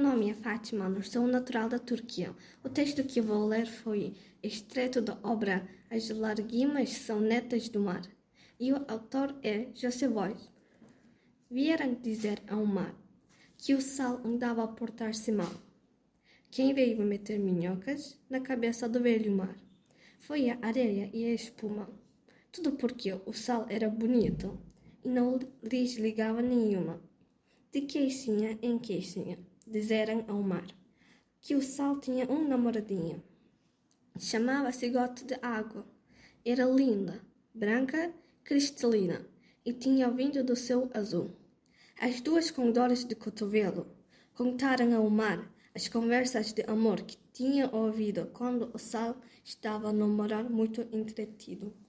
nome é Fátima, sou natural da Turquia. O texto que vou ler foi extrato da obra As Lágrimas São Netas do Mar, e o autor é José Boys. Vieram dizer ao mar que o sal andava a portar-se mal. Quem veio meter minhocas na cabeça do velho mar? Foi a areia e a espuma. Tudo porque o sal era bonito e não lhes ligava nenhuma. De queixinha em queixinha, disseram ao mar que o sal tinha um namoradinho. Chamava-se Goto de Água. Era linda, branca, cristalina e tinha vindo do céu azul. As duas, com dores de cotovelo, contaram ao mar as conversas de amor que tinham ouvido quando o sal estava no morar muito entretido.